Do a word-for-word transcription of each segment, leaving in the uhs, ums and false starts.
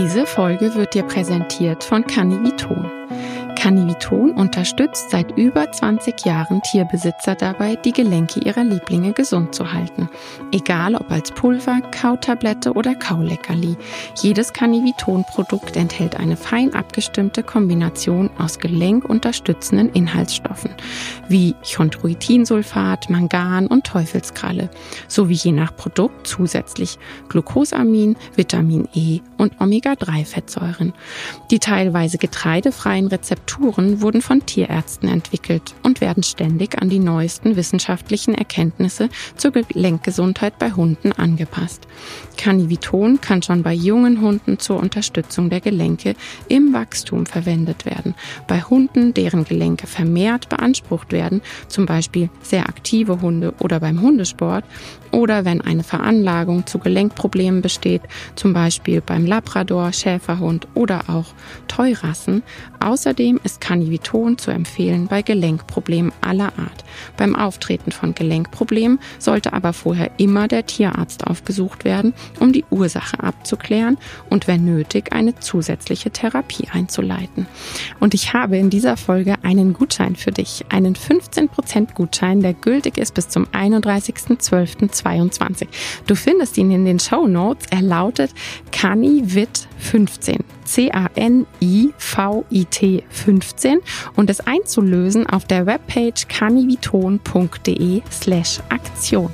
Diese Folge wird dir präsentiert von Canniviton. Canniviton unterstützt seit über zwanzig Jahren Tierbesitzer dabei, die Gelenke ihrer Lieblinge gesund zu halten. Egal ob als Pulver, Kautablette oder Kauleckerli. Jedes Canniviton-Produkt enthält eine fein abgestimmte Kombination aus gelenkunterstützenden Inhaltsstoffen, wie Chondroitinsulfat, Mangan und Teufelskralle, sowie je nach Produkt zusätzlich Glucosamin, Vitamin E und Omega drei Fettsäuren. Die teilweise getreidefreien Rezepturen wurden von Tierärzten entwickelt und werden ständig an die neuesten wissenschaftlichen Erkenntnisse zur Gelenkgesundheit bei Hunden angepasst. Canniviton kann schon bei jungen Hunden zur Unterstützung der Gelenke im Wachstum verwendet werden. Bei Hunden, deren Gelenke vermehrt beansprucht werden, zum Beispiel sehr aktive Hunde oder beim Hundesport, oder wenn eine Veranlagung zu Gelenkproblemen besteht, zum Beispiel beim Labrador, Schäferhund oder auch Toyrassen. Außerdem ist Canniviton zu empfehlen bei Gelenkproblemen aller Art. Beim Auftreten von Gelenkproblemen sollte aber vorher immer der Tierarzt aufgesucht werden, um die Ursache abzuklären und wenn nötig eine zusätzliche Therapie einzuleiten. Und ich habe in dieser Folge einen Gutschein für dich, einen fünfzehn Prozent Gutschein, der gültig ist bis zum einunddreißigsten zwölften zweitausendzweiundzwanzig. Du findest ihn in den Shownotes. Er lautet Cannivit fünfzehn. C A N I V I T fünfzehn und es einzulösen auf der Webpage canniviton.de slash Aktion.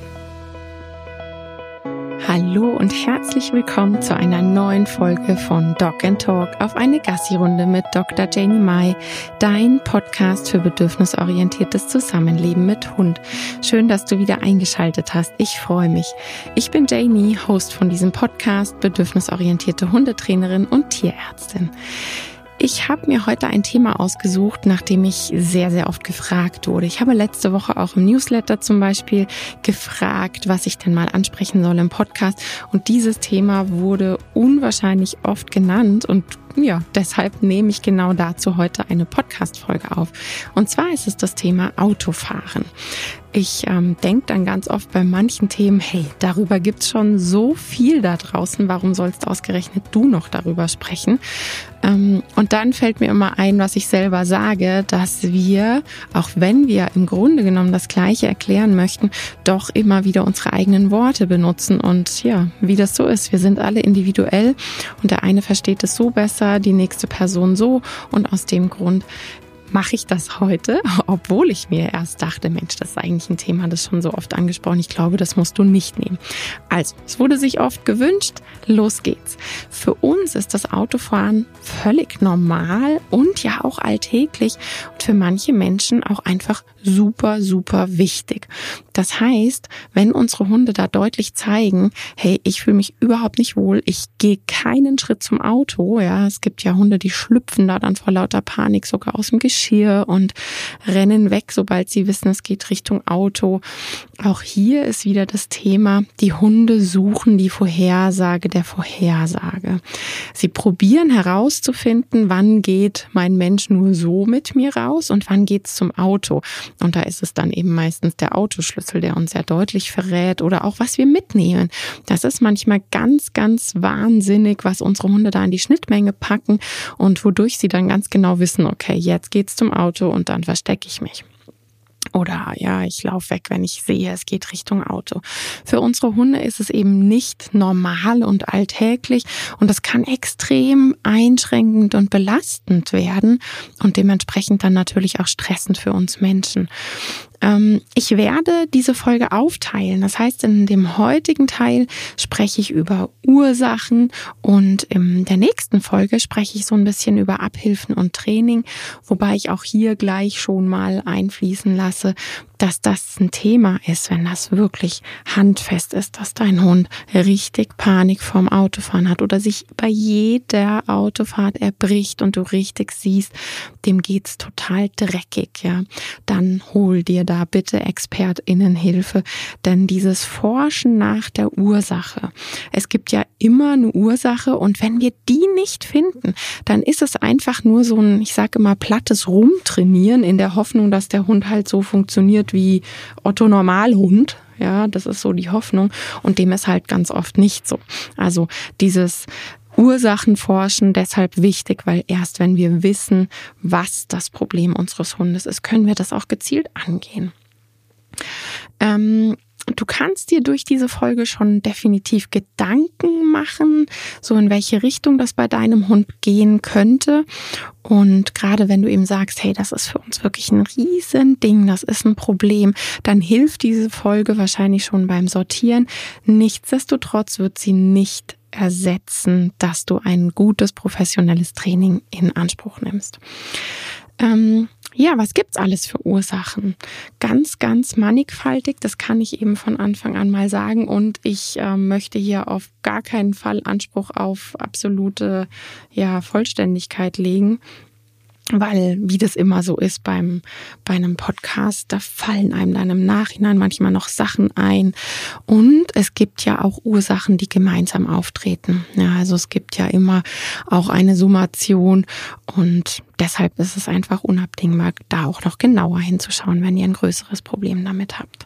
Hallo und herzlich willkommen zu einer neuen Folge von Dog and Talk auf eine Gassi-Runde mit Doktor Janie Mai, dein Podcast für bedürfnisorientiertes Zusammenleben mit Hund. Schön, dass du wieder eingeschaltet hast. Ich freue mich. Ich bin Janie, Host von diesem Podcast, bedürfnisorientierte Hundetrainerin und Tierärztin. Ich habe mir heute ein Thema ausgesucht, nach dem ich sehr, sehr oft gefragt wurde. Ich habe letzte Woche auch im Newsletter zum Beispiel gefragt, was ich denn mal ansprechen soll im Podcast. Und dieses Thema wurde unwahrscheinlich oft genannt und ja, deshalb nehme ich genau dazu heute eine Podcast-Folge auf. Und zwar ist es das Thema Autofahren. Ich ähm, denke dann ganz oft bei manchen Themen, hey, darüber gibt's schon so viel da draußen, warum sollst ausgerechnet du noch darüber sprechen? Ähm, und dann fällt mir immer ein, was ich selber sage, dass wir, auch wenn wir im Grunde genommen das Gleiche erklären möchten, doch immer wieder unsere eigenen Worte benutzen. Und ja, wie das so ist, wir sind alle individuell und der eine versteht es so besser, die nächste Person so und aus dem Grund mache ich das heute, obwohl ich mir erst dachte, Mensch, das ist eigentlich ein Thema, das schon so oft angesprochen. Ich glaube, das musst du nicht nehmen. Also, es wurde sich oft gewünscht, los geht's. Für uns ist das Autofahren völlig normal und ja auch alltäglich und für manche Menschen auch einfach super, super wichtig. Das heißt, wenn unsere Hunde da deutlich zeigen, hey, ich fühle mich überhaupt nicht wohl, ich gehe keinen Schritt zum Auto, ja, es gibt ja Hunde, die schlüpfen da dann vor lauter Panik sogar aus dem Geschirr und rennen weg, sobald sie wissen, es geht Richtung Auto. Auch hier ist wieder das Thema, die Hunde suchen die Vorhersage der Vorhersage. Sie probieren herauszufinden, wann geht mein Mensch nur so mit mir raus und wann geht's zum Auto. Und da ist es dann eben meistens der Autoschlüssel, der uns sehr deutlich verrät oder auch was wir mitnehmen. Das ist manchmal ganz, ganz wahnsinnig, was unsere Hunde da in die Schnittmenge packen und wodurch sie dann ganz genau wissen, okay, jetzt geht's zum Auto und dann verstecke ich mich. Oder ja, ich laufe weg, wenn ich sehe, es geht Richtung Auto. Für unsere Hunde ist es eben nicht normal und alltäglich und das kann extrem einschränkend und belastend werden und dementsprechend dann natürlich auch stressend für uns Menschen. Ich werde diese Folge aufteilen. Das heißt, in dem heutigen Teil spreche ich über Ursachen und in der nächsten Folge spreche ich so ein bisschen über Abhilfen und Training, wobei ich auch hier gleich schon mal einfließen lasse, dass das ein Thema ist, wenn das wirklich handfest ist, dass dein Hund richtig Panik vorm Autofahren hat oder sich bei jeder Autofahrt erbricht und du richtig siehst, dem geht's total dreckig, ja. Dann hol dir da bitte ExpertInnenhilfe, denn dieses Forschen nach der Ursache, es gibt ja immer eine Ursache und wenn wir die nicht finden, dann ist es einfach nur so ein, ich sage immer, plattes Rumtrainieren in der Hoffnung, dass der Hund halt so funktioniert wie Otto Normalhund. Ja, das ist so die Hoffnung und dem ist halt ganz oft nicht so. Also dieses Ursachenforschen deshalb wichtig, weil erst wenn wir wissen, was das Problem unseres Hundes ist, können wir das auch gezielt angehen. Ähm, Du kannst dir durch diese Folge schon definitiv Gedanken machen, so in welche Richtung das bei deinem Hund gehen könnte. Und gerade wenn du eben sagst, hey, das ist für uns wirklich ein Riesending, das ist ein Problem, dann hilft diese Folge wahrscheinlich schon beim Sortieren. Nichtsdestotrotz wird sie nicht ersetzen, dass du ein gutes professionelles Training in Anspruch nimmst. Ähm, Ja, was gibt's alles für Ursachen? Ganz, ganz mannigfaltig, das kann ich eben von Anfang an mal sagen. Und ich äh, möchte hier auf gar keinen Fall Anspruch auf absolute ja, Vollständigkeit legen. Weil, wie das immer so ist beim bei einem Podcast, da fallen einem dann im Nachhinein manchmal noch Sachen ein. Und es gibt ja auch Ursachen, die gemeinsam auftreten. Ja, also es gibt ja immer auch eine Summation und deshalb ist es einfach unabdingbar, da auch noch genauer hinzuschauen, wenn ihr ein größeres Problem damit habt.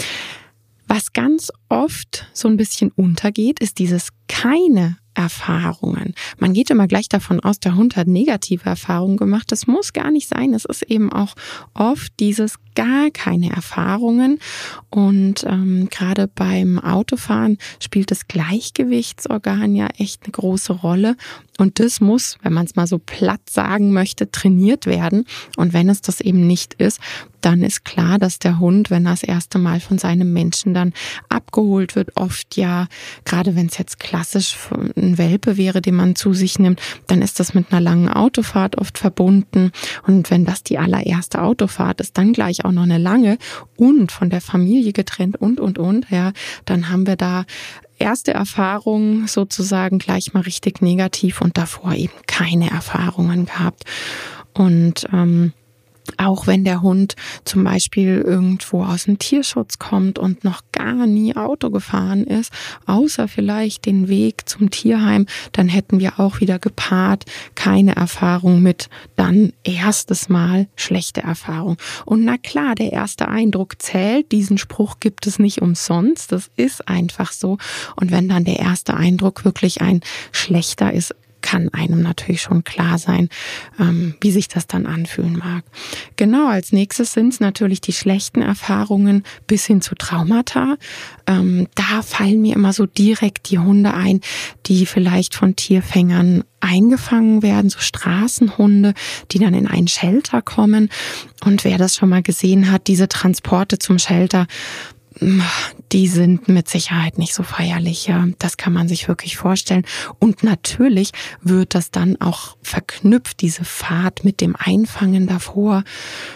Was ganz oft so ein bisschen untergeht, ist dieses keine Erfahrungen. Man geht immer gleich davon aus, der Hund hat negative Erfahrungen gemacht. Das muss gar nicht sein. Es ist eben auch oft dieses gar keine Erfahrungen. Und ähm, gerade beim Autofahren spielt das Gleichgewichtsorgan ja echt eine große Rolle. Und das muss, wenn man es mal so platt sagen möchte, trainiert werden. Und wenn es das eben nicht ist, dann ist klar, dass der Hund, wenn er das erste Mal von seinem Menschen dann abgeholt wird, oft ja, gerade wenn es jetzt klassisch ein Welpe wäre, den man zu sich nimmt, dann ist das mit einer langen Autofahrt oft verbunden. Und wenn das die allererste Autofahrt ist, dann gleich auch noch eine lange und von der Familie getrennt und, und, und, ja, dann haben wir da erste Erfahrungen sozusagen gleich mal richtig negativ und davor eben keine Erfahrungen gehabt. Und ähm, auch wenn der Hund zum Beispiel irgendwo aus dem Tierschutz kommt und noch gar nie Auto gefahren ist, außer vielleicht den Weg zum Tierheim, dann hätten wir auch wieder gepaart keine Erfahrung mit dann erstes Mal schlechte Erfahrung. Und na klar, der erste Eindruck zählt. Diesen Spruch gibt es nicht umsonst. Das ist einfach so. Und wenn dann der erste Eindruck wirklich ein schlechter ist, kann einem natürlich schon klar sein, ähm, wie sich das dann anfühlen mag. Genau, als nächstes sind es natürlich die schlechten Erfahrungen bis hin zu Traumata. Ähm, da fallen mir immer so direkt die Hunde ein, die vielleicht von Tierfängern eingefangen werden, so Straßenhunde, die dann in einen Shelter kommen. Und wer das schon mal gesehen hat, diese Transporte zum Shelter, die sind mit Sicherheit nicht so feierlich, ja. Das kann man sich wirklich vorstellen. Und natürlich wird das dann auch verknüpft, diese Fahrt mit dem Einfangen davor.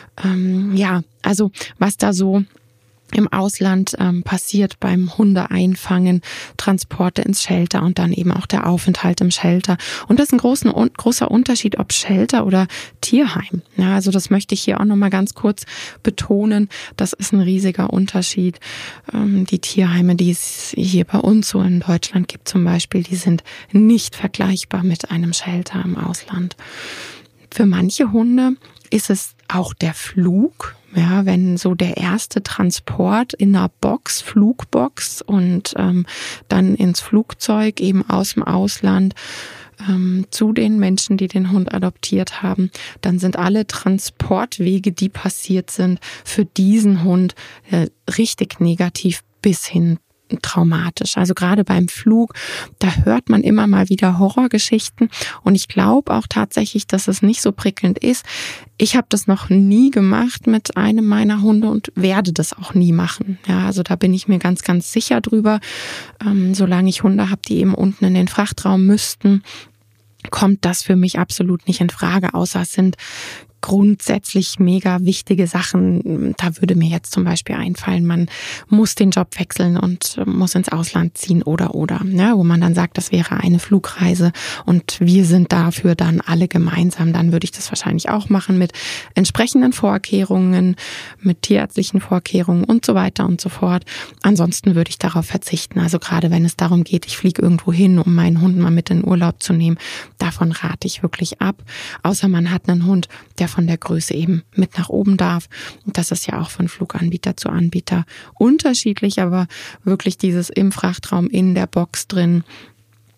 Ähm, ja, also was da so im Ausland ähm, passiert beim Hundeeinfangen, Transporte ins Shelter und dann eben auch der Aufenthalt im Shelter. Und das ist ein großen, un, großer Unterschied, ob Shelter oder Tierheim. Ja, also das möchte ich hier auch nochmal ganz kurz betonen. Das ist ein riesiger Unterschied. Ähm, die Tierheime, die es hier bei uns so in Deutschland gibt zum Beispiel, die sind nicht vergleichbar mit einem Shelter im Ausland. Für manche Hunde ist es auch der Flug, ja, wenn so der erste Transport in einer Box, Flugbox und ähm, dann ins Flugzeug eben aus dem Ausland ähm, zu den Menschen, die den Hund adoptiert haben, dann sind alle Transportwege, die passiert sind, für diesen Hund äh, richtig negativ bis hin traumatisch. Also gerade beim Flug, da hört man immer mal wieder Horrorgeschichten und ich glaube auch tatsächlich, dass es nicht so prickelnd ist. Ich habe das noch nie gemacht mit einem meiner Hunde und werde das auch nie machen. Ja, also da bin ich mir ganz, ganz sicher drüber. Ähm, solange ich Hunde habe, die eben unten in den Frachtraum müssten, kommt das für mich absolut nicht in Frage, außer es sind grundsätzlich mega wichtige Sachen. Da würde mir jetzt zum Beispiel einfallen, man muss den Job wechseln und muss ins Ausland ziehen oder oder, ne, wo man dann sagt, das wäre eine Flugreise und wir sind dafür dann alle gemeinsam. Dann würde ich das wahrscheinlich auch machen mit entsprechenden Vorkehrungen, mit tierärztlichen Vorkehrungen und so weiter und so fort. Ansonsten würde ich darauf verzichten. Also gerade wenn es darum geht, ich fliege irgendwo hin, um meinen Hund mal mit in den Urlaub zu nehmen, davon rate ich wirklich ab. Außer man hat einen Hund, der von der Größe eben mit nach oben darf. Und das ist ja auch von Fluganbieter zu Anbieter unterschiedlich, aber wirklich dieses im Frachtraum, in der Box drin,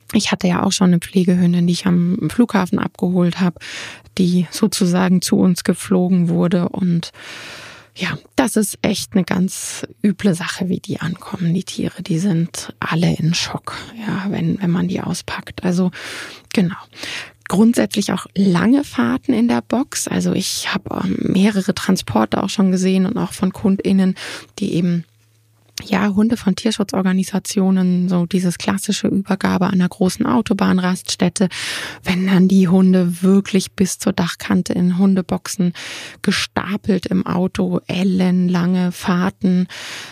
Ich hatte ja auch schon eine Pflegehündin, die ich am Flughafen abgeholt habe, die sozusagen zu uns geflogen wurde. Und ja, das ist echt eine ganz üble Sache, wie die ankommen, die Tiere. Die sind alle in Schock, ja, wenn, wenn man die auspackt. Also genau. Grundsätzlich auch lange Fahrten in der Box. Also ich habe ähm, mehrere Transporte auch schon gesehen und auch von KundInnen, die eben ja, Hunde von Tierschutzorganisationen, so dieses klassische Übergabe an einer großen Autobahnraststätte, wenn dann die Hunde wirklich bis zur Dachkante in Hundeboxen gestapelt im Auto, ellenlange Fahrten,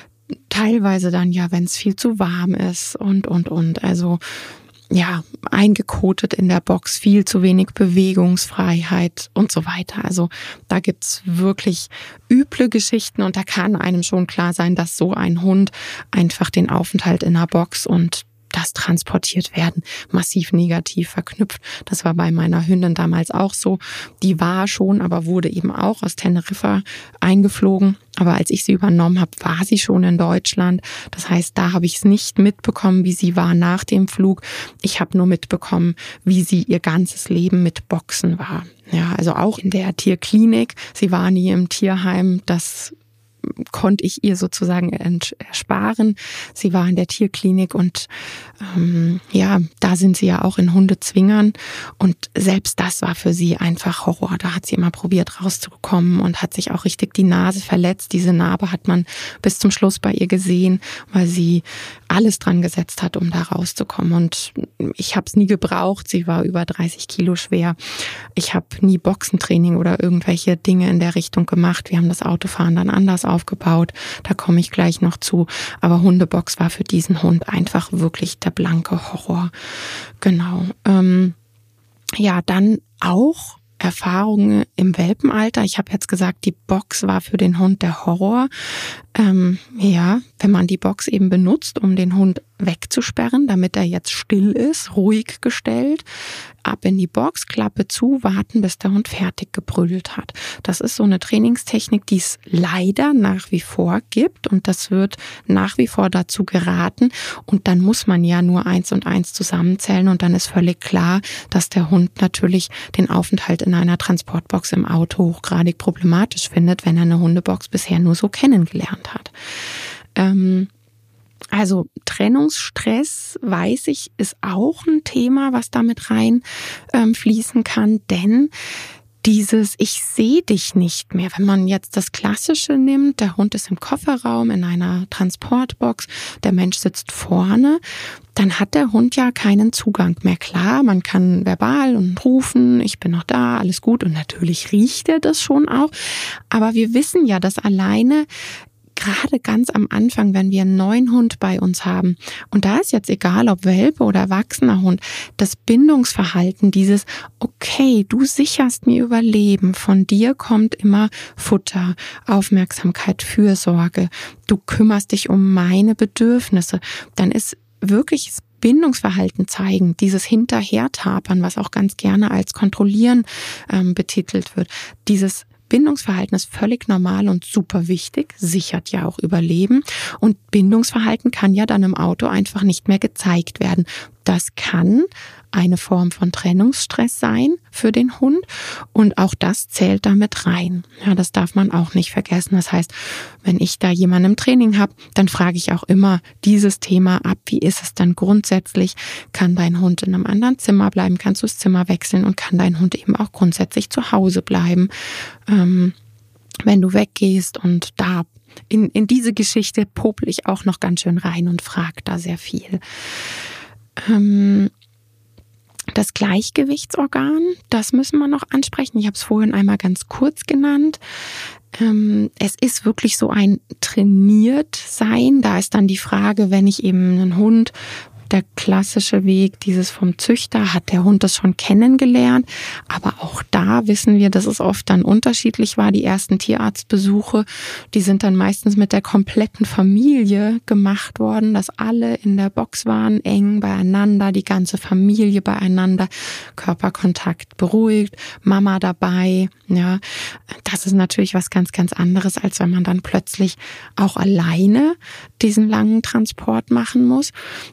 teilweise dann ja, wenn es viel zu warm ist und, und, und, also ja, eingekotet in der Box, viel zu wenig Bewegungsfreiheit und so weiter. Also da gibt's wirklich üble Geschichten und da kann einem schon klar sein, dass so ein Hund einfach den Aufenthalt in der Box und das transportiert werden massiv negativ verknüpft. Das war bei meiner Hündin damals auch so. Die war schon, aber wurde eben auch aus Teneriffa eingeflogen. Aber als ich sie übernommen habe, war sie schon in Deutschland. Das heißt, da habe ich es nicht mitbekommen, wie sie war nach dem Flug. Ich habe nur mitbekommen, wie sie ihr ganzes Leben mit Boxen war. Ja, also auch in der Tierklinik. Sie war nie im Tierheim. Das konnte ich ihr sozusagen ersparen. Sie war in der Tierklinik und ähm, ja, da sind sie ja auch in Hundezwingern und selbst das war für sie einfach Horror. Da hat sie immer probiert rauszukommen und hat sich auch richtig die Nase verletzt. Diese Narbe hat man bis zum Schluss bei ihr gesehen, weil sie alles dran gesetzt hat, um da rauszukommen. Und ich habe es nie gebraucht. Sie war über dreißig Kilo schwer. Ich habe nie Boxentraining oder irgendwelche Dinge in der Richtung gemacht. Wir haben das Autofahren dann anders aufgebaut. Da komme ich gleich noch zu. Aber Hundebox war für diesen Hund einfach wirklich der blanke Horror. Genau. Ähm, ja, dann auch Erfahrungen im Welpenalter. Ich habe jetzt gesagt, die Box war für den Hund der Horror. Ähm, ja, wenn man die Box eben benutzt, um den Hund wegzusperren, damit er jetzt still ist, ruhig gestellt, ab in die Box, Klappe zu, warten, bis der Hund fertig gebrüllt hat. Das ist so eine Trainingstechnik, die es leider nach wie vor gibt und das wird nach wie vor dazu geraten und dann muss man ja nur eins und eins zusammenzählen und dann ist völlig klar, dass der Hund natürlich den Aufenthalt in einer Transportbox im Auto hochgradig problematisch findet, wenn er eine Hundebox bisher nur so kennengelernt hat. Ähm, Also Trennungsstress, weiß ich, ist auch ein Thema, was damit rein ähm, fließen kann, denn dieses Ich sehe dich nicht mehr, wenn man jetzt das Klassische nimmt, der Hund ist im Kofferraum in einer Transportbox, der Mensch sitzt vorne, dann hat der Hund ja keinen Zugang mehr. Klar, man kann verbal und rufen, ich bin noch da, alles gut und natürlich riecht er das schon auch, aber wir wissen ja, dass alleine gerade ganz am Anfang, wenn wir einen neuen Hund bei uns haben, und da ist jetzt egal, ob Welpe oder erwachsener Hund, das Bindungsverhalten, dieses, okay, du sicherst mir Überleben, von dir kommt immer Futter, Aufmerksamkeit, Fürsorge, du kümmerst dich um meine Bedürfnisse, dann ist wirklich Bindungsverhalten zeigen, dieses Hinterhertapern, was auch ganz gerne als Kontrollieren ähm, betitelt wird, dieses Bindungsverhalten ist völlig normal und super wichtig, sichert ja auch Überleben und Bindungsverhalten kann ja dann im Auto einfach nicht mehr gezeigt werden. Das kann eine Form von Trennungsstress sein für den Hund und auch das zählt damit rein. Ja, das darf man auch nicht vergessen. Das heißt, wenn ich da jemanden im Training habe, dann frage ich auch immer dieses Thema ab. Wie ist es dann grundsätzlich? Kann dein Hund in einem anderen Zimmer bleiben? Kannst du das Zimmer wechseln? Und kann dein Hund eben auch grundsätzlich zu Hause bleiben, ähm, wenn du weggehst? Und da in, in diese Geschichte popel ich auch noch ganz schön rein und frage da sehr viel. Ähm, Das Gleichgewichtsorgan, das müssen wir noch ansprechen. Ich habe es vorhin einmal ganz kurz genannt. Es ist wirklich so ein trainiert sein. Da ist dann die Frage, wenn ich eben einen Hund, der klassische Weg, dieses vom Züchter, hat der Hund das schon kennengelernt. Aber auch da wissen wir, dass es oft dann unterschiedlich war. Die ersten Tierarztbesuche, die sind dann meistens mit der kompletten Familie gemacht worden, dass alle in der Box waren, eng beieinander, die ganze Familie beieinander, Körperkontakt beruhigt, Mama dabei. Ja, das ist natürlich was ganz, ganz anderes, als wenn man dann plötzlich auch alleine diesen langen Transport machen muss. Da ist dann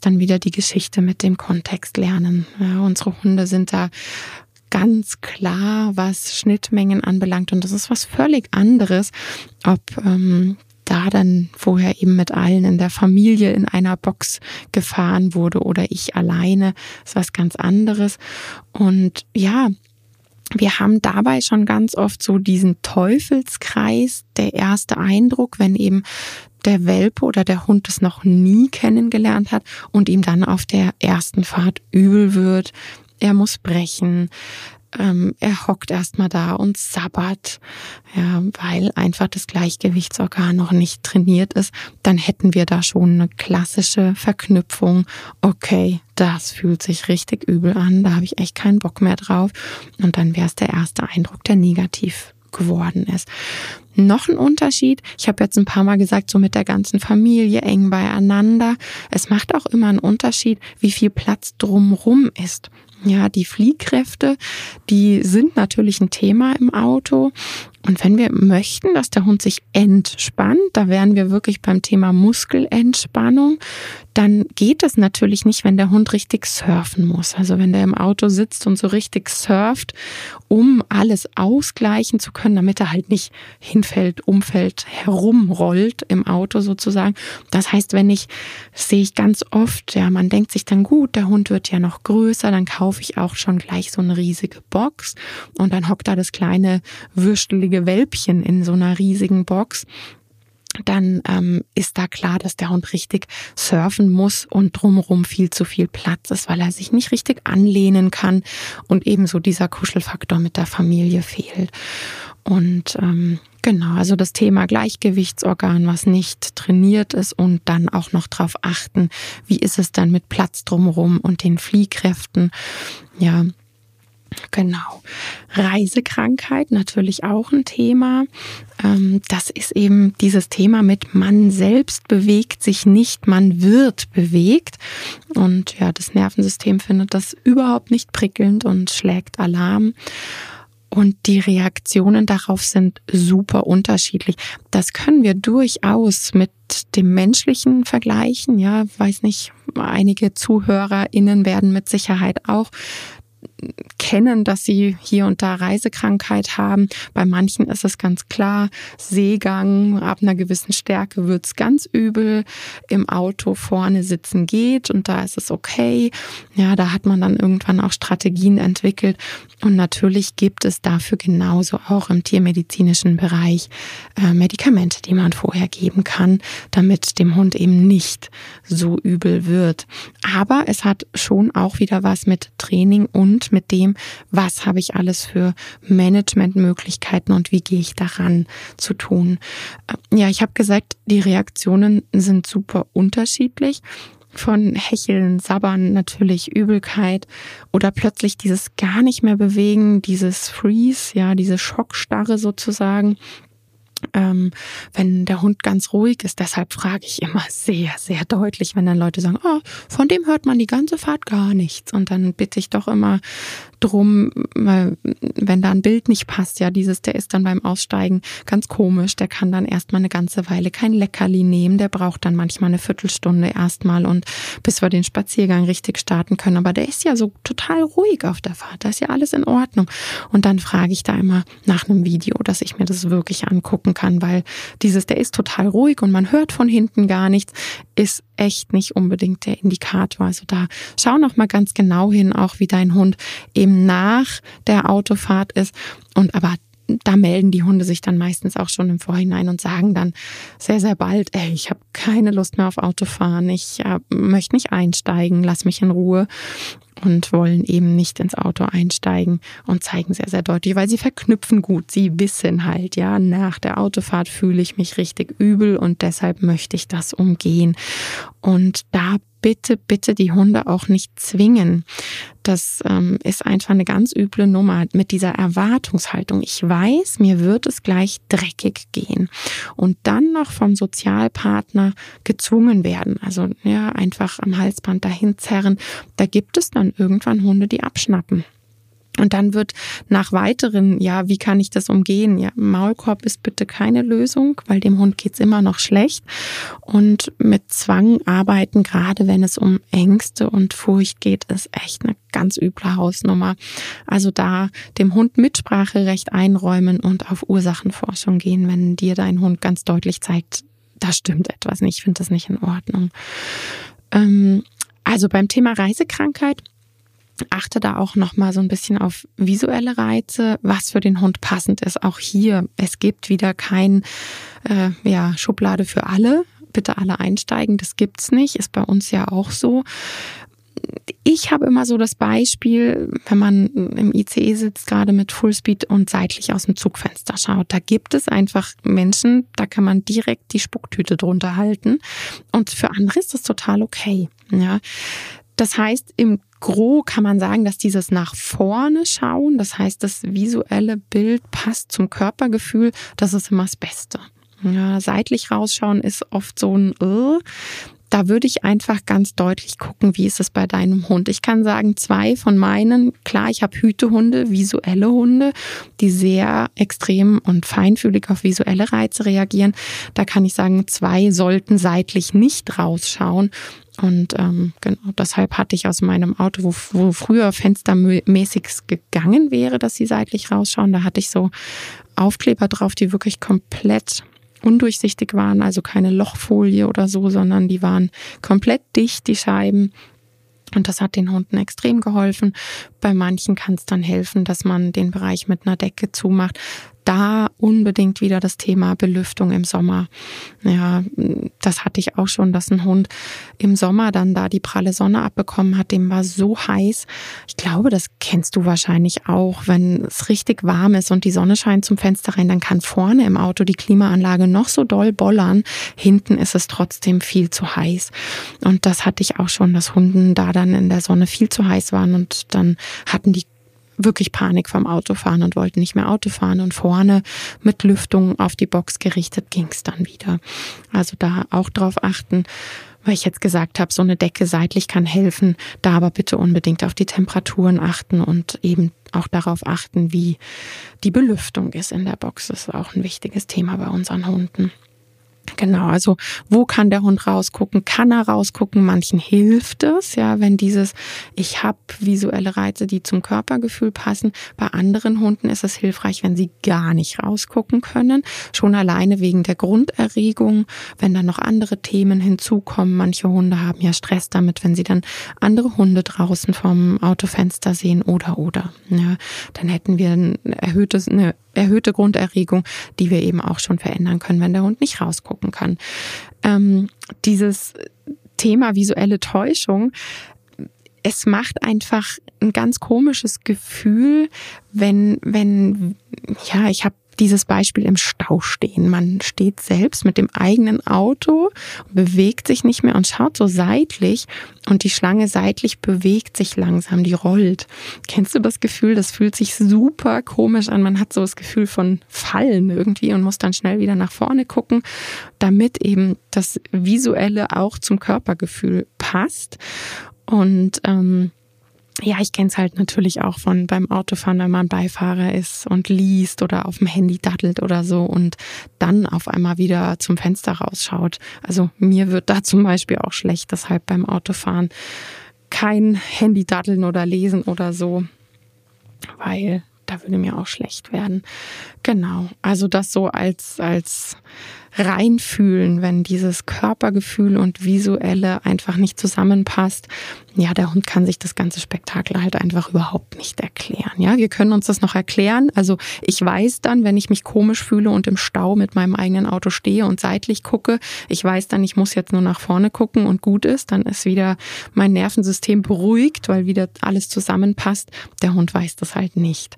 dann wieder die Geschichte mit dem Kontext lernen. Ja, unsere Hunde sind da ganz klar, was Schnittmengen anbelangt. Und das ist was völlig anderes, ob ähm, da dann vorher eben mit allen in der Familie in einer Box gefahren wurde oder ich alleine. Das ist was ganz anderes. Und ja, wir haben dabei schon ganz oft so diesen Teufelskreis, der erste Eindruck, wenn eben der Welpe oder der Hund es noch nie kennengelernt hat und ihm dann auf der ersten Fahrt übel wird. Er muss brechen, ähm, er hockt erstmal da und sabbert, ja, weil einfach das Gleichgewichtsorgan noch nicht trainiert ist. Dann hätten wir da schon eine klassische Verknüpfung. Okay, das fühlt sich richtig übel an, da habe ich echt keinen Bock mehr drauf. Und dann wäre es der erste Eindruck, der negativ geworden ist. Noch ein Unterschied, ich habe jetzt ein paar Mal gesagt, so mit der ganzen Familie eng beieinander. Es macht auch immer einen Unterschied, wie viel Platz drumrum ist. Ja, die Fliehkräfte, die sind natürlich ein Thema im Auto. Und wenn wir möchten, dass der Hund sich entspannt, da wären wir wirklich beim Thema Muskelentspannung, dann geht es natürlich nicht, wenn der Hund richtig surfen muss. Also wenn der im Auto sitzt und so richtig surft, um alles ausgleichen zu können, damit er halt nicht hinfällt, umfällt, herumrollt im Auto sozusagen. Das heißt, wenn ich, das sehe ich ganz oft, ja, man denkt sich dann, gut, der Hund wird ja noch größer, dann kaufe ich auch schon gleich so eine riesige Box und dann hockt da das kleine würstelige Welpchen in so einer riesigen Box. Dann ähm, ist da klar, dass der Hund richtig surfen muss und drumherum viel zu viel Platz ist, weil er sich nicht richtig anlehnen kann und ebenso dieser Kuschelfaktor mit der Familie fehlt. Und ähm, genau, also das Thema Gleichgewichtsorgan, was nicht trainiert ist und dann auch noch drauf achten, wie ist es dann mit Platz drumherum und den Fliehkräften, ja. Genau. Reisekrankheit natürlich auch ein Thema. Das ist eben dieses Thema mit man selbst bewegt sich nicht, man wird bewegt. Und ja, das Nervensystem findet das überhaupt nicht prickelnd und schlägt Alarm. Und die Reaktionen darauf sind super unterschiedlich. Das können wir durchaus mit dem Menschlichen vergleichen. Ja, weiß nicht, einige ZuhörerInnen werden mit Sicherheit auch kennen, dass sie hier und da Reisekrankheit haben. Bei manchen ist es ganz klar, Seegang, ab einer gewissen Stärke wird's ganz übel. Im Auto vorne sitzen geht und da ist es okay. Ja, da hat man dann irgendwann auch Strategien entwickelt. Und natürlich gibt es dafür genauso auch im tiermedizinischen Bereich äh, Medikamente, die man vorher geben kann, damit dem Hund eben nicht so übel wird. Aber es hat schon auch wieder was mit Training und mit dem, was habe ich alles für Managementmöglichkeiten und wie gehe ich daran zu tun. Ja, ich habe gesagt, die Reaktionen sind super unterschiedlich. Von Hecheln, Sabbern, natürlich Übelkeit oder plötzlich dieses gar nicht mehr bewegen, dieses Freeze, ja, diese Schockstarre sozusagen. Ähm, wenn der Hund ganz ruhig ist, deshalb frage ich immer sehr, sehr deutlich, wenn dann Leute sagen, oh, von dem hört man die ganze Fahrt gar nichts. Und dann bitte ich doch immer drum, weil wenn da ein Bild nicht passt, ja, dieses, der ist dann beim Aussteigen ganz komisch, der kann dann erstmal eine ganze Weile kein Leckerli nehmen, der braucht dann manchmal eine Viertelstunde erstmal und bis wir den Spaziergang richtig starten können. Aber der ist ja so total ruhig auf der Fahrt, da ist ja alles in Ordnung. Und dann frage ich da immer nach einem Video, dass ich mir das wirklich angucken kann, weil dieses, der ist total ruhig und man hört von hinten gar nichts, ist echt nicht unbedingt der Indikator. Also da schau noch mal ganz genau hin, auch wie dein Hund eben nach der Autofahrt ist. Und aber da melden die Hunde sich dann meistens auch schon im Vorhinein und sagen dann sehr, sehr bald, ey, ich habe keine Lust mehr auf Autofahren, ich äh, möchte nicht einsteigen, lass mich in Ruhe. Und wollen eben nicht ins Auto einsteigen und zeigen sehr, sehr deutlich, weil sie verknüpfen gut. Sie wissen halt, ja, nach der Autofahrt fühle ich mich richtig übel und deshalb möchte ich das umgehen. Und da bitte, bitte die Hunde auch nicht zwingen. Das ähm, ist einfach eine ganz üble Nummer mit dieser Erwartungshaltung. Ich weiß, mir wird es gleich dreckig gehen. Und dann noch vom Sozialpartner gezwungen werden. Also ja, einfach am Halsband dahin zerren. Da gibt es dann irgendwann Hunde, die abschnappen. Und dann wird nach weiteren, ja, wie kann ich das umgehen? Ja, Maulkorb ist bitte keine Lösung, weil dem Hund geht's immer noch schlecht. Und mit Zwang arbeiten, gerade wenn es um Ängste und Furcht geht, ist echt eine ganz üble Hausnummer. Also da dem Hund Mitspracherecht einräumen und auf Ursachenforschung gehen, wenn dir dein Hund ganz deutlich zeigt, da stimmt etwas nicht, ich finde das nicht in Ordnung. Ähm, also beim Thema Reisekrankheit, achte da auch nochmal so ein bisschen auf visuelle Reize, was für den Hund passend ist. Auch hier, es gibt wieder kein äh, ja, Schublade für alle. Bitte alle einsteigen, das gibt's nicht, ist bei uns ja auch so. Ich habe immer so das Beispiel, wenn man im I C E sitzt, gerade mit Fullspeed und seitlich aus dem Zugfenster schaut, da gibt es einfach Menschen, da kann man direkt die Spucktüte drunter halten. Und für andere ist das total okay. Ja. Das heißt, im Gros kann man sagen, dass dieses nach vorne schauen, das heißt, das visuelle Bild passt zum Körpergefühl, das ist immer das Beste. Ja, seitlich rausschauen ist oft so ein äh, da würde ich einfach ganz deutlich gucken, wie ist es bei deinem Hund. Ich kann sagen, zwei von meinen, klar, ich habe Hütehunde, visuelle Hunde, die sehr extrem und feinfühlig auf visuelle Reize reagieren. Da kann ich sagen, zwei sollten seitlich nicht rausschauen. Und ähm, genau, deshalb hatte ich aus meinem Auto, wo, wo früher fenstermäßig gegangen wäre, dass sie seitlich rausschauen, da hatte ich so Aufkleber drauf, die wirklich komplett undurchsichtig waren, also keine Lochfolie oder so, sondern die waren komplett dicht, die Scheiben. Und das hat den Hunden extrem geholfen. Bei manchen kann es dann helfen, dass man den Bereich mit einer Decke zumacht. Da unbedingt wieder das Thema Belüftung im Sommer. Ja, das hatte ich auch schon, dass ein Hund im Sommer dann da die pralle Sonne abbekommen hat. Dem war so heiß. Ich glaube, das kennst du wahrscheinlich auch. Wenn es richtig warm ist und die Sonne scheint zum Fenster rein, dann kann vorne im Auto die Klimaanlage noch so doll bollern. Hinten ist es trotzdem viel zu heiß. Und das hatte ich auch schon, dass Hunden da dann in der Sonne viel zu heiß waren und dann hatten die wirklich Panik vom Autofahren und wollten nicht mehr Auto fahren und vorne mit Lüftung auf die Box gerichtet ging es dann wieder. Also da auch drauf achten, weil ich jetzt gesagt habe, so eine Decke seitlich kann helfen, da aber bitte unbedingt auf die Temperaturen achten und eben auch darauf achten, wie die Belüftung ist in der Box. Das ist auch ein wichtiges Thema bei unseren Hunden. Genau, also wo kann der Hund rausgucken? Kann er rausgucken? Manchen hilft es, ja, wenn dieses, ich habe visuelle Reize, die zum Körpergefühl passen. Bei anderen Hunden ist es hilfreich, wenn sie gar nicht rausgucken können. Schon alleine wegen der Grunderregung, wenn dann noch andere Themen hinzukommen. Manche Hunde haben ja Stress damit, wenn sie dann andere Hunde draußen vom Autofenster sehen oder, oder. Ja, dann hätten wir ein erhöhtes, eine erhöhte Grunderregung, die wir eben auch schon verändern können, wenn der Hund nicht rausgucken kann. Ähm, dieses Thema visuelle Täuschung, es macht einfach ein ganz komisches Gefühl, wenn, wenn, ja, ich habe dieses Beispiel im Stau stehen. Man steht selbst mit dem eigenen Auto, bewegt sich nicht mehr und schaut so seitlich und die Schlange seitlich bewegt sich langsam, die rollt. Kennst du das Gefühl? Das fühlt sich super komisch an. Man hat so das Gefühl von Fallen irgendwie und muss dann schnell wieder nach vorne gucken, damit eben das Visuelle auch zum Körpergefühl passt. Und ähm, ja, ich kenne es halt natürlich auch von beim Autofahren, wenn man Beifahrer ist und liest oder auf dem Handy daddelt oder so und dann auf einmal wieder zum Fenster rausschaut. Also mir wird da zum Beispiel auch schlecht, deshalb beim Autofahren kein Handy daddeln oder lesen oder so, weil da würde mir auch schlecht werden. Genau, also das so als als reinfühlen, wenn dieses Körpergefühl und Visuelle einfach nicht zusammenpasst. Ja, der Hund kann sich das ganze Spektakel halt einfach überhaupt nicht erklären. Ja, wir können uns das noch erklären. Also ich weiß dann, wenn ich mich komisch fühle und im Stau mit meinem eigenen Auto stehe und seitlich gucke, ich weiß dann, ich muss jetzt nur nach vorne gucken und gut ist. Dann ist wieder mein Nervensystem beruhigt, weil wieder alles zusammenpasst. Der Hund weiß das halt nicht.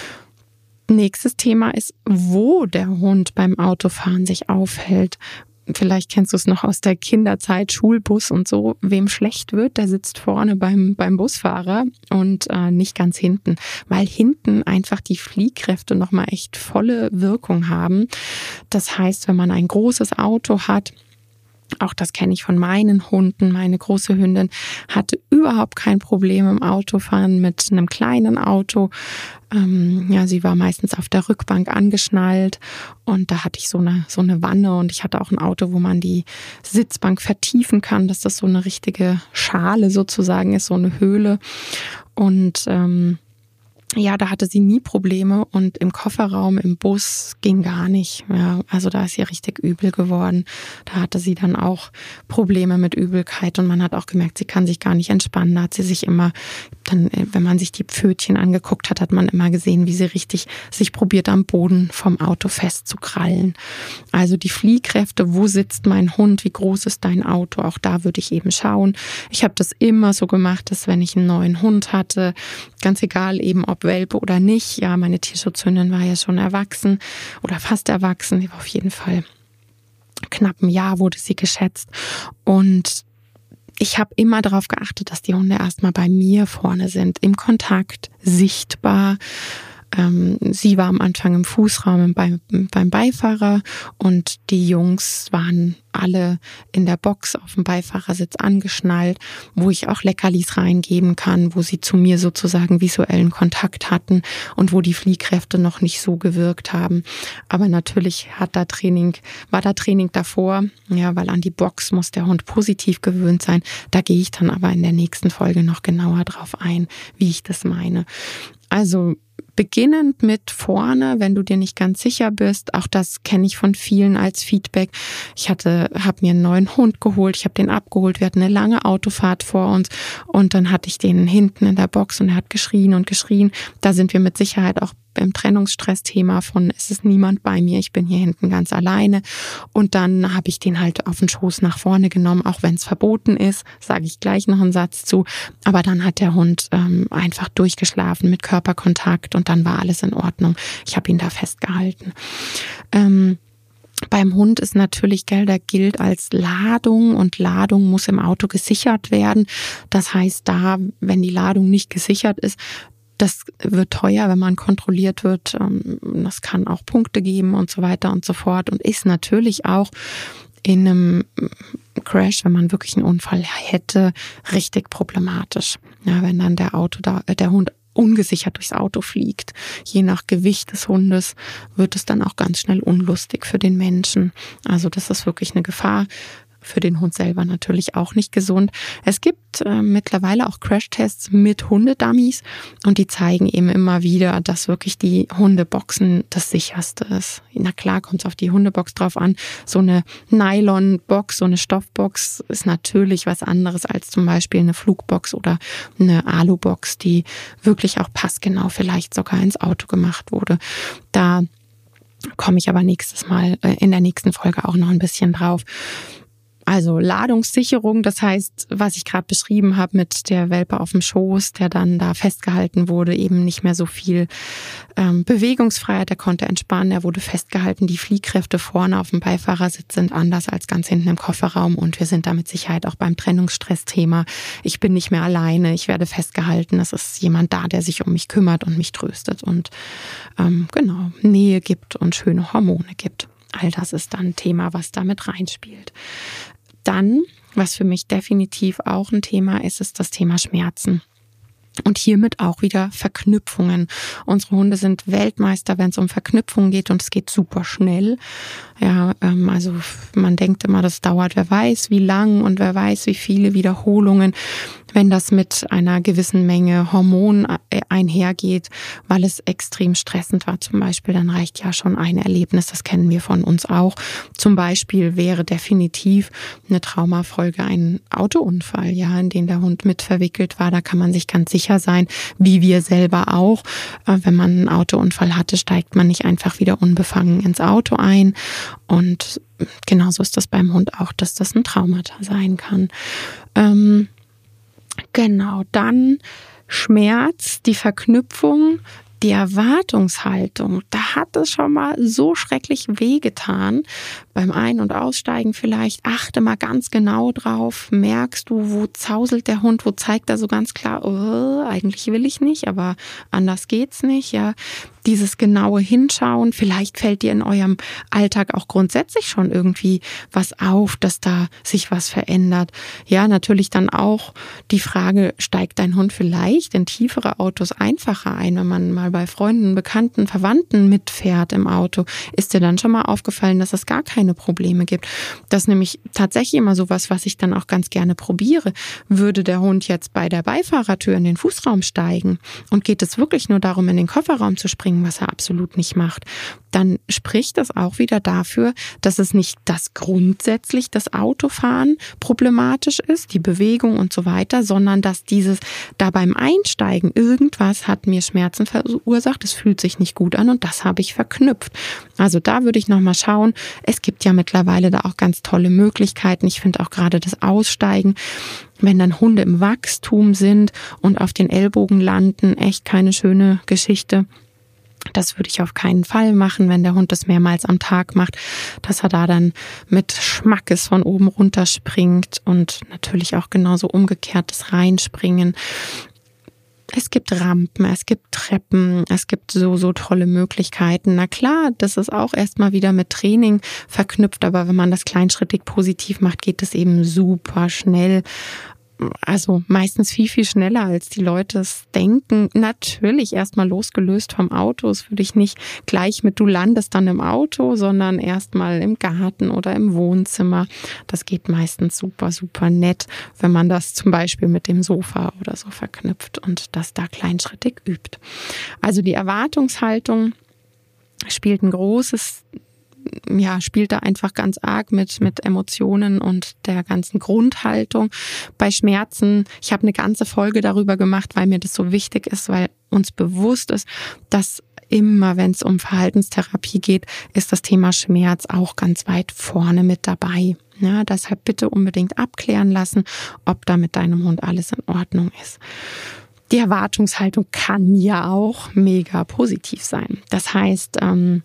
Nächstes Thema ist, wo der Hund beim Autofahren sich aufhält. Vielleicht kennst du es noch aus der Kinderzeit, Schulbus und so. Wem schlecht wird, der sitzt vorne beim beim Busfahrer und äh, nicht ganz hinten, weil hinten einfach die Fliehkräfte nochmal echt volle Wirkung haben. Das heißt, wenn man ein großes Auto hat, Auch das kenne ich von meinen Hunden. Meine große Hündin hatte überhaupt kein Problem im Autofahren mit einem kleinen Auto. Ähm, ja, sie war meistens auf der Rückbank angeschnallt und da hatte ich so eine, so eine Wanne und ich hatte auch ein Auto, wo man die Sitzbank vertiefen kann, dass das so eine richtige Schale sozusagen ist, so eine Höhle. Und ähm, ja, da hatte sie nie Probleme und im Kofferraum, im Bus ging gar nicht. Ja, also da ist ihr richtig übel geworden. Da hatte sie dann auch Probleme mit Übelkeit und man hat auch gemerkt, sie kann sich gar nicht entspannen. Da hat sie sich immer, dann, wenn man sich die Pfötchen angeguckt hat, hat man immer gesehen, wie sie richtig sich probiert am Boden vom Auto festzukrallen. Also die Fliehkräfte, wo sitzt mein Hund, wie groß ist dein Auto, auch da würde ich eben schauen. Ich habe das immer so gemacht, dass wenn ich einen neuen Hund hatte, ganz egal eben ob Welpe oder nicht. Ja, meine Tierschutzhündin war ja schon erwachsen oder fast erwachsen. Sie war auf jeden Fall knapp ein Jahr, wurde sie geschätzt. Und ich habe immer darauf geachtet, dass die Hunde erstmal bei mir vorne sind, im Kontakt, sichtbar. Ähm, sie war am Anfang im Fußraum beim, beim Beifahrer und die Jungs waren alle in der Box auf dem Beifahrersitz angeschnallt, wo ich auch Leckerlis reingeben kann, wo sie zu mir sozusagen visuellen Kontakt hatten und wo die Fliehkräfte noch nicht so gewirkt haben. Aber natürlich hat da Training, war da Training davor, ja, weil an die Box muss der Hund positiv gewöhnt sein. Da gehe ich dann aber in der nächsten Folge noch genauer drauf ein, wie ich das meine. Also beginnend mit vorne, wenn du dir nicht ganz sicher bist. Auch das kenne ich von vielen als Feedback. Ich hatte, habe mir einen neuen Hund geholt, ich habe den abgeholt, wir hatten eine lange Autofahrt vor uns und dann hatte ich den hinten in der Box und er hat geschrien und geschrien. Da sind wir mit Sicherheit auch beim Trennungsstress-Thema von, es ist niemand bei mir, ich bin hier hinten ganz alleine. Und dann habe ich den halt auf den Schoß nach vorne genommen, auch wenn es verboten ist, sage ich gleich noch einen Satz zu. Aber dann hat der Hund ähm, einfach durchgeschlafen mit Körperkontakt und dann war alles in Ordnung. Ich habe ihn da festgehalten. Ähm, Beim Hund ist natürlich, Gelder gilt als Ladung und Ladung muss im Auto gesichert werden. Das heißt, da, wenn die Ladung nicht gesichert ist, das wird teuer, wenn man kontrolliert wird. Das kann auch Punkte geben und so weiter und so fort und ist natürlich auch in einem Crash, wenn man wirklich einen Unfall hätte, richtig problematisch. Ja, wenn dann der Auto da, der Hund ungesichert durchs Auto fliegt. Je nach Gewicht des Hundes wird es dann auch ganz schnell unlustig für den Menschen. Also das ist wirklich eine Gefahr. Für den Hund selber natürlich auch nicht gesund. Es gibt äh, mittlerweile auch Crashtests mit Hundedummies und die zeigen eben immer wieder, dass wirklich die Hundeboxen das sicherste ist. Na klar, kommt es auf die Hundebox drauf an. So eine Nylonbox, so eine Stoffbox ist natürlich was anderes als zum Beispiel eine Flugbox oder eine Alubox, die wirklich auch passgenau vielleicht sogar ins Auto gemacht wurde. Da komme ich aber nächstes Mal äh, in der nächsten Folge auch noch ein bisschen drauf. Also Ladungssicherung, das heißt, was ich gerade beschrieben habe mit der Welpe auf dem Schoß, der dann da festgehalten wurde, eben nicht mehr so viel ähm, Bewegungsfreiheit, er konnte entspannen, er wurde festgehalten. Die Fliehkräfte vorne auf dem Beifahrersitz sind anders als ganz hinten im Kofferraum und wir sind da mit Sicherheit auch beim Trennungsstressthema. Ich bin nicht mehr alleine, ich werde festgehalten, es ist jemand da, der sich um mich kümmert und mich tröstet und ähm, genau, Nähe gibt und schöne Hormone gibt. All das ist dann ein Thema, was da mit reinspielt. Dann, was für mich definitiv auch ein Thema ist, ist das Thema Schmerzen. Und hiermit auch wieder Verknüpfungen. Unsere Hunde sind Weltmeister, wenn es um Verknüpfungen geht und es geht super schnell. Ja, ähm, also man denkt immer, das dauert, wer weiß wie lang und wer weiß wie viele Wiederholungen, wenn das mit einer gewissen Menge Hormon einhergeht, weil es extrem stressend war zum Beispiel, dann reicht ja schon ein Erlebnis, das kennen wir von uns auch. Zum Beispiel wäre definitiv eine Traumafolge ein Autounfall, ja, in den der Hund mit verwickelt war. Da kann man sich ganz sicher sein, wie wir selber auch. Wenn man einen Autounfall hatte, steigt man nicht einfach wieder unbefangen ins Auto ein. Und genauso ist das beim Hund auch, dass das ein Traumata sein kann. Ähm, Genau, dann Schmerz, die Verknüpfung, die Erwartungshaltung. Da hat es schon mal so schrecklich wehgetan. Beim Ein- und Aussteigen vielleicht. Achte mal ganz genau drauf. Merkst du, wo zauselt der Hund, wo zeigt er so ganz klar, oh, eigentlich will ich nicht, aber anders geht's nicht. Ja, dieses genaue Hinschauen. Vielleicht fällt dir in eurem Alltag auch grundsätzlich schon irgendwie was auf, dass da sich was verändert. Ja, natürlich dann auch die Frage, steigt dein Hund vielleicht in tiefere Autos einfacher ein, wenn man mal bei Freunden, Bekannten, Verwandten mitfährt im Auto? Ist dir dann schon mal aufgefallen, dass es gar keine Probleme gibt? Das ist nämlich tatsächlich immer sowas, was ich dann auch ganz gerne probiere. Würde der Hund jetzt bei der Beifahrertür in den Fußraum steigen und geht es wirklich nur darum, in den Kofferraum zu springen, was er absolut nicht macht, dann spricht das auch wieder dafür, dass es nicht das grundsätzlich das Autofahren problematisch ist, die Bewegung und so weiter, sondern dass dieses da beim Einsteigen irgendwas hat mir Schmerzen verursacht, es fühlt sich nicht gut an und das habe ich verknüpft. Also da würde ich nochmal schauen. Es gibt ja mittlerweile da auch ganz tolle Möglichkeiten. Ich finde auch gerade das Aussteigen, wenn dann Hunde im Wachstum sind und auf den Ellbogen landen, echt keine schöne Geschichte. Das würde ich auf keinen Fall machen, wenn der Hund das mehrmals am Tag macht, dass er da dann mit Schmackes von oben runter springt und natürlich auch genauso umgekehrt das Reinspringen. Es gibt Rampen, es gibt Treppen, es gibt so, so tolle Möglichkeiten. Na klar, das ist auch erstmal wieder mit Training verknüpft, aber wenn man das kleinschrittig positiv macht, geht es eben super schnell. Also meistens viel, viel schneller, als die Leute es denken. Natürlich erstmal losgelöst vom Auto. Das würde ich nicht gleich mit du landest dann im Auto, sondern erstmal im Garten oder im Wohnzimmer. Das geht meistens super, super nett, wenn man das zum Beispiel mit dem Sofa oder so verknüpft und das da kleinschrittig übt. Also die Erwartungshaltung spielt ein großes ja, spielt da einfach ganz arg mit, mit Emotionen und der ganzen Grundhaltung. Bei Schmerzen, ich habe eine ganze Folge darüber gemacht, weil mir das so wichtig ist, weil uns bewusst ist, dass immer, wenn es um Verhaltenstherapie geht, ist das Thema Schmerz auch ganz weit vorne mit dabei. Ja, deshalb bitte unbedingt abklären lassen, ob da mit deinem Hund alles in Ordnung ist. Die Erwartungshaltung kann ja auch mega positiv sein. Das heißt, ähm,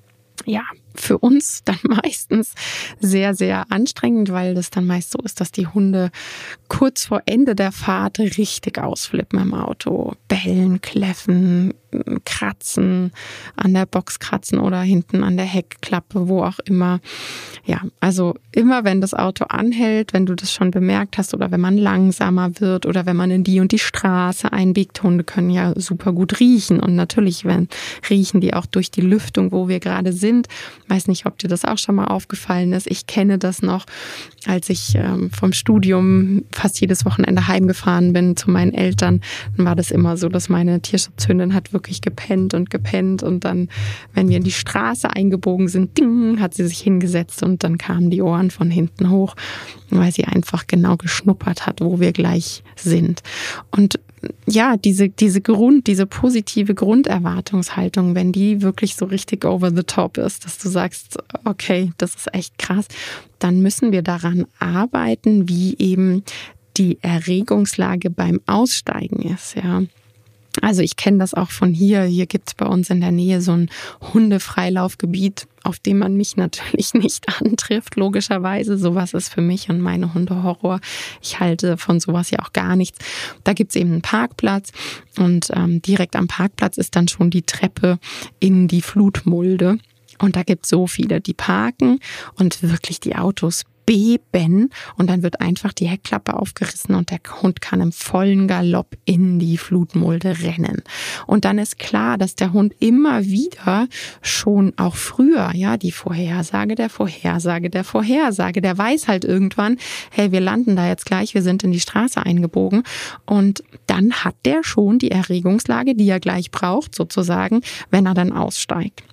ja, für uns dann meistens sehr, sehr anstrengend, weil das dann meist so ist, dass die Hunde kurz vor Ende der Fahrt richtig ausflippen im Auto. Bellen, kläffen, kratzen, an der Box kratzen oder hinten an der Heckklappe, wo auch immer. Ja, also immer wenn das Auto anhält, wenn du das schon bemerkt hast oder wenn man langsamer wird oder wenn man in die und die Straße einbiegt, Hunde können ja super gut riechen und natürlich wenn, riechen die auch durch die Lüftung, wo wir gerade sind. Weiß nicht, ob dir das auch schon mal aufgefallen ist. Ich kenne das noch, als ich ähm, vom Studium fast jedes Wochenende heimgefahren bin zu meinen Eltern. Dann war das immer so, dass meine Tierschutzhündin hat wirklich gepennt und gepennt und dann, wenn wir in die Straße eingebogen sind, ding, hat sie sich hingesetzt und dann kamen die Ohren von hinten hoch, weil sie einfach genau geschnuppert hat, wo wir gleich sind. Und ja, diese, diese Grund, diese positive Grunderwartungshaltung, wenn die wirklich so richtig over the top ist, dass du sagst, okay, das ist echt krass, dann müssen wir daran arbeiten, wie eben die Erregungslage beim Aussteigen ist, ja. Also ich kenne das auch von hier. Hier gibt's bei uns in der Nähe so ein Hundefreilaufgebiet, auf dem man mich natürlich nicht antrifft, logischerweise. Sowas ist für mich und meine Hunde Horror. Ich halte von sowas ja auch gar nichts. Da gibt's eben einen Parkplatz und ähm, direkt am Parkplatz ist dann schon die Treppe in die Flutmulde. Und da gibt's so viele, die parken und wirklich die Autos beben und dann wird einfach die Heckklappe aufgerissen und der Hund kann im vollen Galopp in die Flutmulde rennen. Und dann ist klar, dass der Hund immer wieder schon auch früher, ja, die Vorhersage der Vorhersage der Vorhersage, der weiß halt irgendwann, hey, wir landen da jetzt gleich, wir sind in die Straße eingebogen und dann hat der schon die Erregungslage, die er gleich braucht, sozusagen, wenn er dann aussteigt.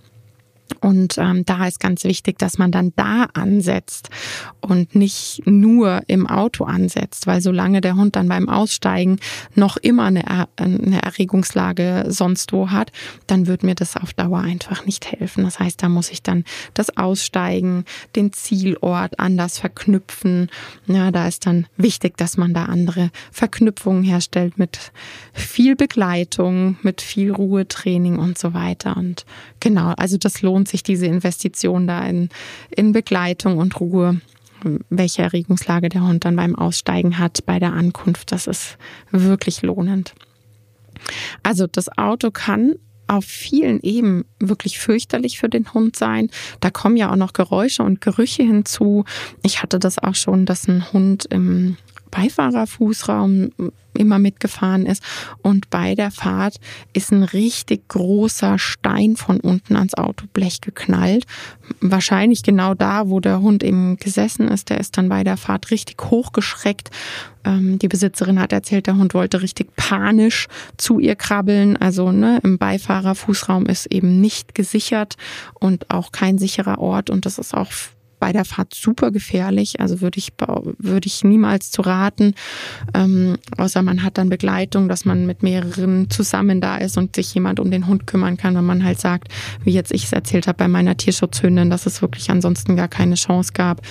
Und ähm, da ist ganz wichtig, dass man dann da ansetzt und nicht nur im Auto ansetzt, weil solange der Hund dann beim Aussteigen noch immer eine, er- eine Erregungslage sonst wo hat, dann wird mir das auf Dauer einfach nicht helfen. Das heißt, da muss ich dann das Aussteigen, den Zielort anders verknüpfen. Ja, da ist dann wichtig, dass man da andere Verknüpfungen herstellt mit viel Begleitung, mit viel Ruhetraining und so weiter. Und genau, also das lohnt sich diese Investition da in, in Begleitung und Ruhe, welche Erregungslage der Hund dann beim Aussteigen hat, bei der Ankunft, das ist wirklich lohnend. Also das Auto kann auf vielen Ebenen wirklich fürchterlich für den Hund sein. Da kommen ja auch noch Geräusche und Gerüche hinzu. Ich hatte das auch schon, dass ein Hund im Beifahrerfußraum immer mitgefahren ist und bei der Fahrt ist ein richtig großer Stein von unten ans Autoblech geknallt. Wahrscheinlich genau da, wo der Hund eben gesessen ist. Der ist dann bei der Fahrt richtig hochgeschreckt. Ähm, die Besitzerin hat erzählt, der Hund wollte richtig panisch zu ihr krabbeln. Also ne, im Beifahrerfußraum ist eben nicht gesichert und auch kein sicherer Ort und das ist auch bei der Fahrt super gefährlich, also würde ich würde ich niemals zu raten, ähm, außer man hat dann Begleitung, dass man mit mehreren zusammen da ist und sich jemand um den Hund kümmern kann, wenn man halt sagt, wie jetzt ich es erzählt habe bei meiner Tierschutzhündin, dass es wirklich ansonsten gar keine Chance gab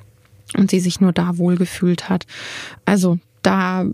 und sie sich nur da wohlgefühlt hat. Also da,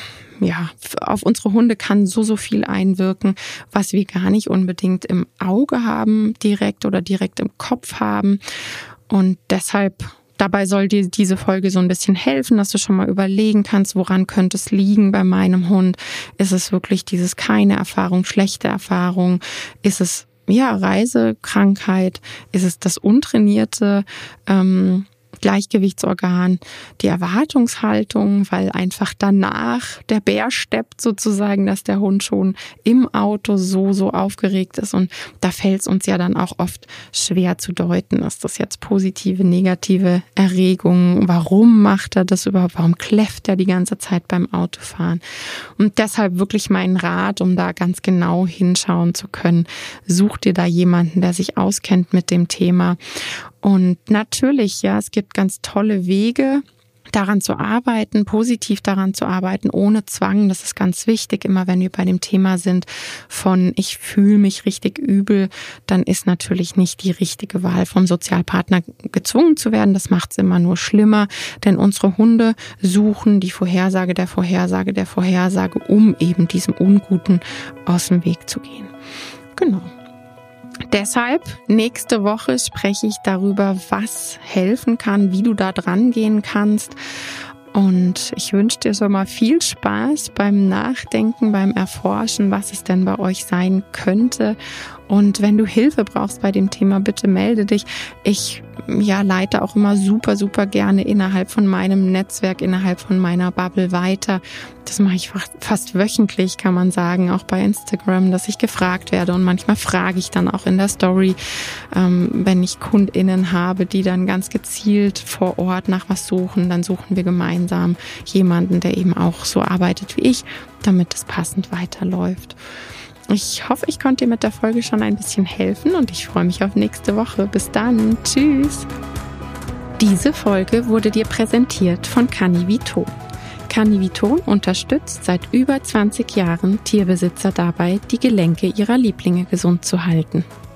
ja, auf unsere Hunde kann so, so viel einwirken, was wir gar nicht unbedingt im Auge haben direkt oder direkt im Kopf haben. Und deshalb, dabei soll dir diese Folge so ein bisschen helfen, dass du schon mal überlegen kannst, woran könnte es liegen bei meinem Hund? Ist es wirklich dieses keine Erfahrung, schlechte Erfahrung? Ist es, ja, Reisekrankheit? Ist es das untrainierte ähm, Gleichgewichtsorgan, die Erwartungshaltung, weil einfach danach der Bär steppt sozusagen, dass der Hund schon im Auto so, so aufgeregt ist und da fällt es uns ja dann auch oft schwer zu deuten, ist das jetzt positive, negative Erregung, warum macht er das überhaupt, warum kläfft er die ganze Zeit beim Autofahren und deshalb wirklich mein Rat, um da ganz genau hinschauen zu können, such dir da jemanden, der sich auskennt mit dem Thema. Und natürlich, ja, es gibt ganz tolle Wege, daran zu arbeiten, positiv daran zu arbeiten, ohne Zwang. Das ist ganz wichtig. Immer wenn wir bei dem Thema sind von ich fühle mich richtig übel, dann ist natürlich nicht die richtige Wahl, vom Sozialpartner gezwungen zu werden. Das macht es immer nur schlimmer, denn unsere Hunde suchen die Vorhersage der Vorhersage der Vorhersage, um eben diesem Unguten aus dem Weg zu gehen. Genau. Deshalb, nächste Woche spreche ich darüber, was helfen kann, wie du da dran gehen kannst. Und ich wünsche dir schon mal viel Spaß beim Nachdenken, beim Erforschen, was es denn bei euch sein könnte. Und wenn du Hilfe brauchst bei dem Thema, bitte melde dich. Ich ja, leite auch immer super, super gerne innerhalb von meinem Netzwerk, innerhalb von meiner Bubble weiter. Das mache ich fast wöchentlich, kann man sagen, auch bei Instagram, dass ich gefragt werde. Und manchmal frage ich dann auch in der Story, ähm, wenn ich KundInnen habe, die dann ganz gezielt vor Ort nach was suchen, dann suchen wir gemeinsam jemanden, der eben auch so arbeitet wie ich, damit es passend weiterläuft. Ich hoffe, ich konnte dir mit der Folge schon ein bisschen helfen und ich freue mich auf nächste Woche. Bis dann. Tschüss. Diese Folge wurde dir präsentiert von Canivito. Canivito unterstützt seit über zwanzig Jahren Tierbesitzer dabei, die Gelenke ihrer Lieblinge gesund zu halten.